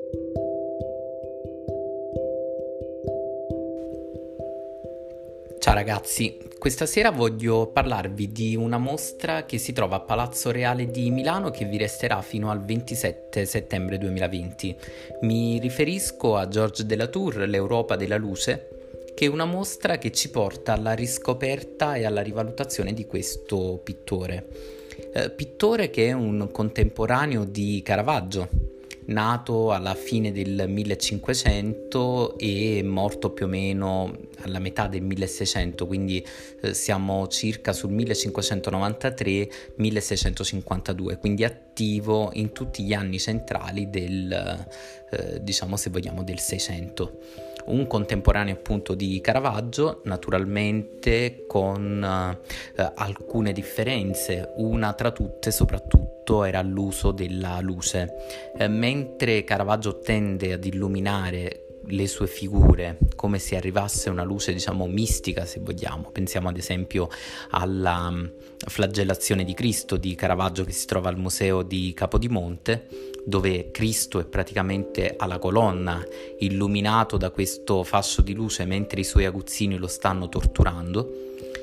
Ciao ragazzi, questa sera voglio parlarvi di una mostra che si trova a Palazzo Reale di Milano che vi resterà fino al 27 settembre 2020. Mi riferisco a Georges de la Tour, l'Europa della luce, che è una mostra che ci porta alla riscoperta e alla rivalutazione di questo pittore. Pittore che è un contemporaneo di Caravaggio, nato alla fine del 1500 e morto più o meno alla metà del 1600, quindi siamo circa sul 1593-1652, quindi attivo in tutti gli anni centrali del, diciamo se vogliamo, del 600. Un contemporaneo appunto di Caravaggio, naturalmente con alcune differenze, una tra tutte soprattutto era l'uso della luce. Mentre Caravaggio tende ad illuminare le sue figure come se arrivasse una luce, diciamo, mistica, se vogliamo. Pensiamo ad esempio alla flagellazione di Cristo di Caravaggio che si trova al museo di Capodimonte, dove Cristo è praticamente alla colonna, illuminato da questo fascio di luce mentre i suoi aguzzini lo stanno torturando.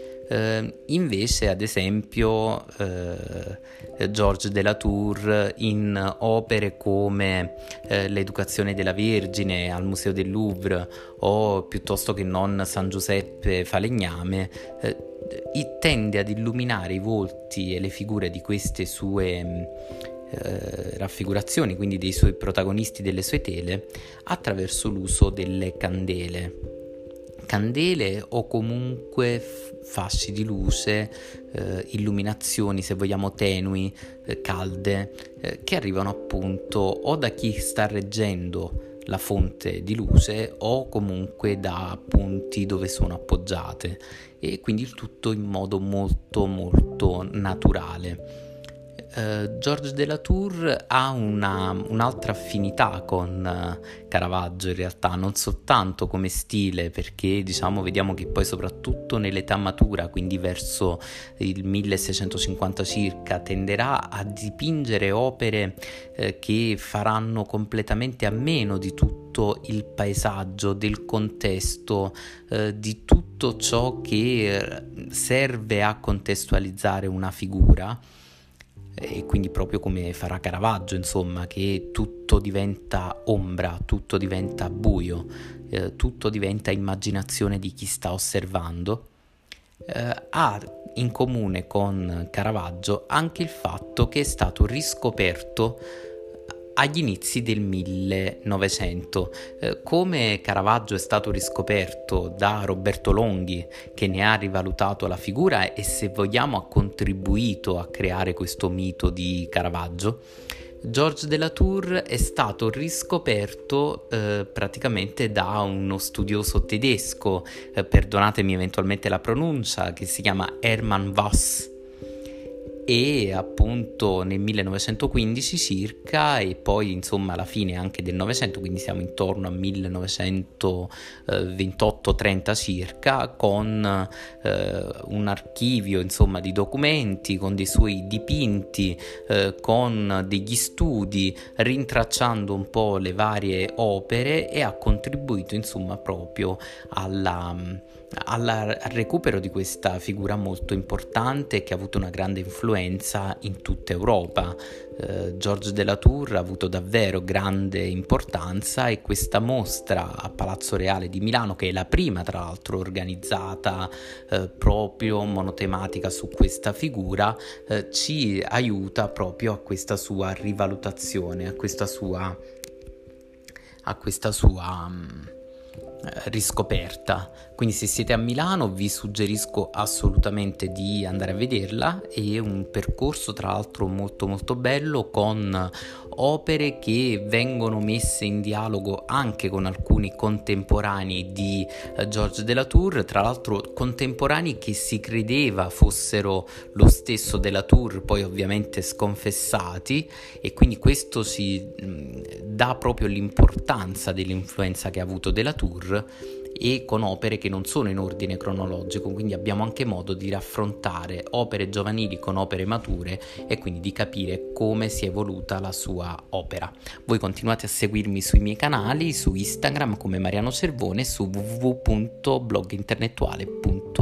Invece ad esempio Georges de la Tour in opere come l'Educazione della Vergine al Museo del Louvre o piuttosto che non San Giuseppe Falegname tende ad illuminare i volti e le figure di queste sue raffigurazioni, quindi dei suoi protagonisti, delle sue tele, attraverso l'uso delle candele o comunque fasci di luce, illuminazioni se vogliamo tenui, calde, che arrivano appunto o da chi sta reggendo la fonte di luce o comunque da punti dove sono appoggiate, e quindi il tutto in modo molto molto naturale. Georges de la Tour ha un'altra affinità con Caravaggio in realtà, non soltanto come stile, perché diciamo vediamo che poi soprattutto nell'età matura, quindi verso il 1650 circa, tenderà a dipingere opere che faranno completamente a meno di tutto il paesaggio, del contesto, di tutto ciò che serve a contestualizzare una figura. E quindi proprio come farà Caravaggio, insomma, che tutto diventa ombra, tutto diventa buio, tutto diventa immaginazione di chi sta osservando. Ha in comune con Caravaggio anche il fatto che è stato riscoperto agli inizi del 1900, come Caravaggio è stato riscoperto da Roberto Longhi, che ne ha rivalutato la figura e, se vogliamo, ha contribuito a creare questo mito di Caravaggio. Georges de la Tour è stato riscoperto praticamente da uno studioso tedesco, perdonatemi eventualmente la pronuncia, che si chiama Hermann Voss, e appunto nel 1915 circa, e poi insomma alla fine anche del Novecento, quindi siamo intorno a 1928-30 circa, con un archivio insomma di documenti, con dei suoi dipinti, con degli studi, rintracciando un po' le varie opere, e ha contribuito insomma proprio al recupero di questa figura molto importante che ha avuto una grande influenza in tutta Europa. Georges de la Tour ha avuto davvero grande importanza, e questa mostra a Palazzo Reale di Milano, che è la prima tra l'altro organizzata proprio monotematica su questa figura, ci aiuta proprio a questa sua rivalutazione, a questa sua riscoperta. Quindi se siete a Milano vi suggerisco assolutamente di andare a vederla. È un percorso tra l'altro molto molto bello, con opere che vengono messe in dialogo anche con alcuni contemporanei di Georges de la Tour, tra l'altro contemporanei che si credeva fossero lo stesso de la Tour, poi ovviamente sconfessati, e quindi questo si dà proprio l'importanza dell'influenza che ha avuto de la Tour. e con opere che non sono in ordine cronologico, quindi abbiamo anche modo di raffrontare opere giovanili con opere mature e quindi di capire come si è evoluta la sua opera. Voi continuate a seguirmi sui miei canali, su Instagram come Mariano Cervone, su www.bloginterlettuale.it.